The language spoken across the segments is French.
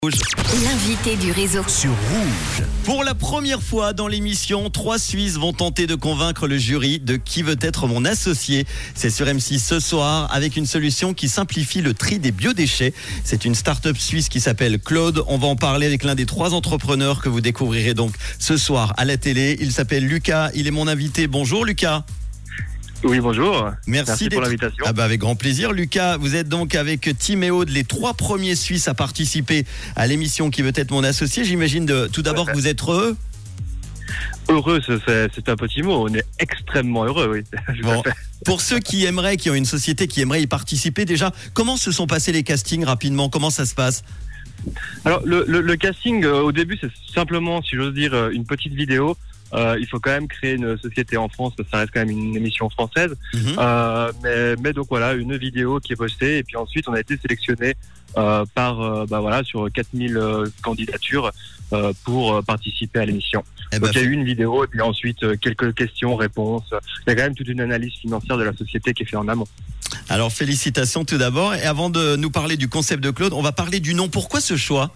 Rouge. L'invité du réseau. Sur Rouge. Pour la première fois dans l'émission, 3 Suisses vont tenter de convaincre le jury de qui veut être mon associé. C'est sur M6 ce soir avec une solution qui simplifie le tri des biodéchets. C'est une start-up suisse qui s'appelle Claude. On va en parler avec l'un des 3 entrepreneurs que vous découvrirez donc ce soir à la télé. Il s'appelle Lucas. Il est mon invité. Bonjour Lucas. Oui, bonjour. Merci pour l'invitation. Avec grand plaisir. Lucas, vous êtes donc avec Tim et Aude, les 3 premiers Suisses à participer à l'émission Qui veut être mon associé. J'imagine tout d'abord que vous êtes heureux. Heureux, c'est un petit mot. On est extrêmement heureux, oui. Bon, pour ceux qui ont une société qui aimerait y participer, déjà, comment se sont passés les castings rapidement? Comment ça se passe? Alors, le casting, au début, c'est simplement, si j'ose dire, une petite vidéo. Il faut quand même créer une société en France, parce que ça reste quand même une émission française. Mais donc voilà, une vidéo qui est postée, et puis ensuite on a été sélectionné sur 4000 candidatures pour participer à l'émission. Donc il y a eu une vidéo, et puis ensuite quelques questions-réponses. Il y a quand même toute une analyse financière de la société qui est faite en amont. Alors félicitations tout d'abord, et avant de nous parler du concept de Claude, on va parler du nom. Pourquoi ce choix?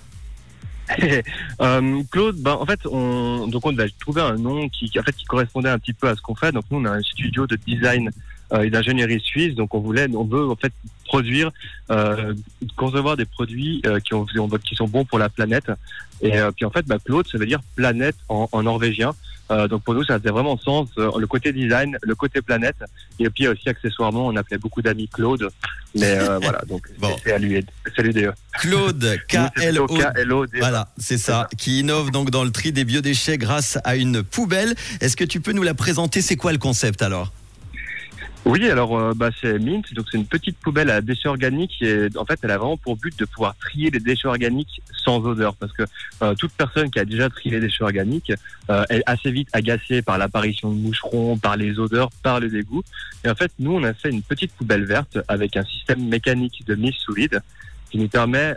Claude, en fait, on a trouvé un nom qui correspondait un petit peu à ce qu'on fait. Donc nous, on a un studio de design et d'ingénierie suisse. Donc on veut en fait produire, concevoir des produits qui sont bons pour la planète. Et puis en fait, Claude, ça veut dire planète en norvégien. Donc pour nous, ça faisait vraiment sens, le côté design, le côté planète, et puis aussi accessoirement, on appelait beaucoup d'amis Claude, mais voilà, donc bon. C'est l'UDE. Claude, K-L-O-D. Voilà, c'est ça, qui innove donc dans le tri des biodéchets grâce à une poubelle. Est-ce que tu peux nous la présenter? C'est quoi le concept alors? Oui, alors c'est Mint, donc c'est une petite poubelle à déchets organiques et en fait elle a vraiment pour but de pouvoir trier les déchets organiques sans odeur, parce que toute personne qui a déjà trié les déchets organiques est assez vite agacée par l'apparition de moucherons, par les odeurs, par les égouts. Et en fait nous on a fait une petite poubelle verte avec un système mécanique de mise sous vide qui nous permet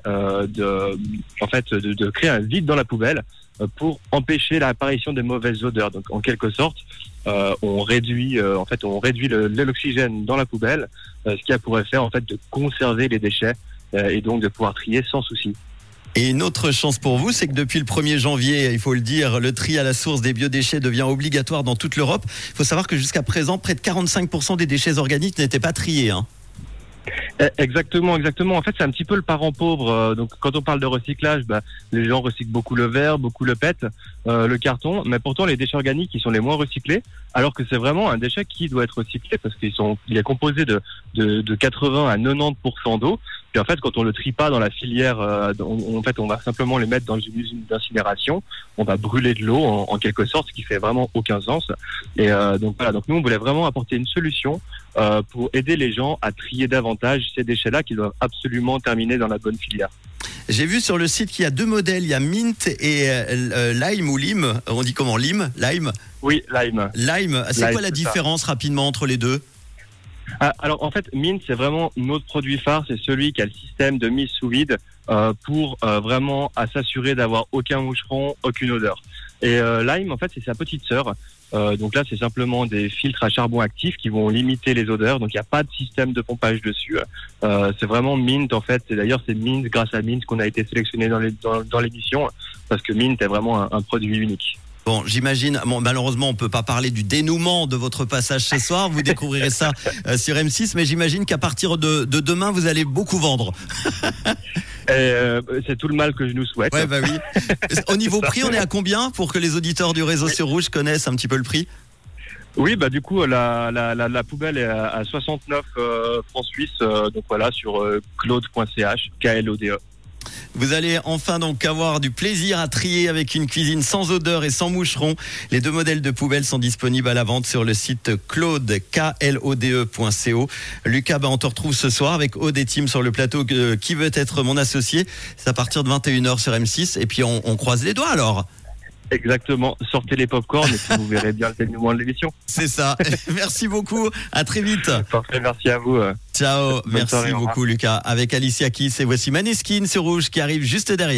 de créer un vide dans la poubelle pour empêcher l'apparition des mauvaises odeurs. Donc en quelque sorte, on réduit l'oxygène dans la poubelle, ce qui a pour effet en fait de conserver les déchets et donc de pouvoir trier sans souci. Et une autre chance pour vous, c'est que depuis le 1er janvier, il faut le dire, le tri à la source des biodéchets devient obligatoire dans toute l'Europe. Il faut savoir que jusqu'à présent, près de 45% des déchets organiques n'étaient pas triés. Exactement. En fait, c'est un petit peu le parent pauvre. Donc, quand on parle de recyclage, les gens recyclent beaucoup le verre, beaucoup le PET, le carton. Mais pourtant, les déchets organiques, ils sont les moins recyclés. Alors que c'est vraiment un déchet qui doit être recyclé parce qu'il est composé de 80 à 90% d'eau. Puis en fait, quand on le trie pas dans la filière, on va simplement les mettre dans une usine d'incinération. On va brûler de l'eau en quelque sorte, ce qui fait vraiment aucun sens. Et donc nous, on voulait vraiment apporter une solution pour aider les gens à trier davantage ces déchets-là qui doivent absolument terminer dans la bonne filière. J'ai vu sur le site qu'il y a 2 modèles, il y a Mint et Lime ou Lime. On dit comment? Lime? Lime? Oui, Lime. Lime, c'est quoi la différence rapidement entre les deux? Alors en fait, Mint, c'est vraiment notre produit phare, c'est celui qui a le système de mise sous vide pour vraiment s'assurer d'avoir aucun moucheron, aucune odeur. Et Lime, en fait, c'est sa petite sœur. Donc là, c'est simplement des filtres à charbon actif qui vont limiter les odeurs. Donc il n'y a pas de système de pompage dessus. C'est vraiment Mint en fait. Et d'ailleurs, c'est Mint, grâce à Mint, qu'on a été sélectionné dans l'émission, parce que Mint est vraiment un produit unique. Bon, j'imagine, malheureusement, on peut pas parler du dénouement de votre passage ce soir. Vous découvrirez ça sur M6, mais j'imagine qu'à partir de demain, vous allez beaucoup vendre. C'est tout le mal que je nous souhaite. Ouais, oui. Au niveau prix, on est à combien pour que les auditeurs du réseau sur Rouge connaissent un petit peu le prix? Oui, du coup, la poubelle est à 69 francs suisses. Donc voilà, sur claude.ch, K-L-O-D-E. Vous allez enfin donc avoir du plaisir à trier avec une cuisine sans odeur et sans moucheron. Les 2 modèles de poubelles sont disponibles à la vente sur le site Claude, klode.co. Lucas, on te retrouve ce soir avec Aude et Tim sur le plateau Qui veut être mon associé? C'est à partir de 21h sur M6 et puis on croise les doigts alors. Exactement, sortez les pop-corn et puis vous verrez bien le dénouement de l'émission. C'est ça. Merci beaucoup, à très vite. Parfait, merci à vous. Ciao, Bonne merci soirée, beaucoup Lucas. Avec Alicia Keys et voici Maneskin sur Rouge qui arrive juste derrière.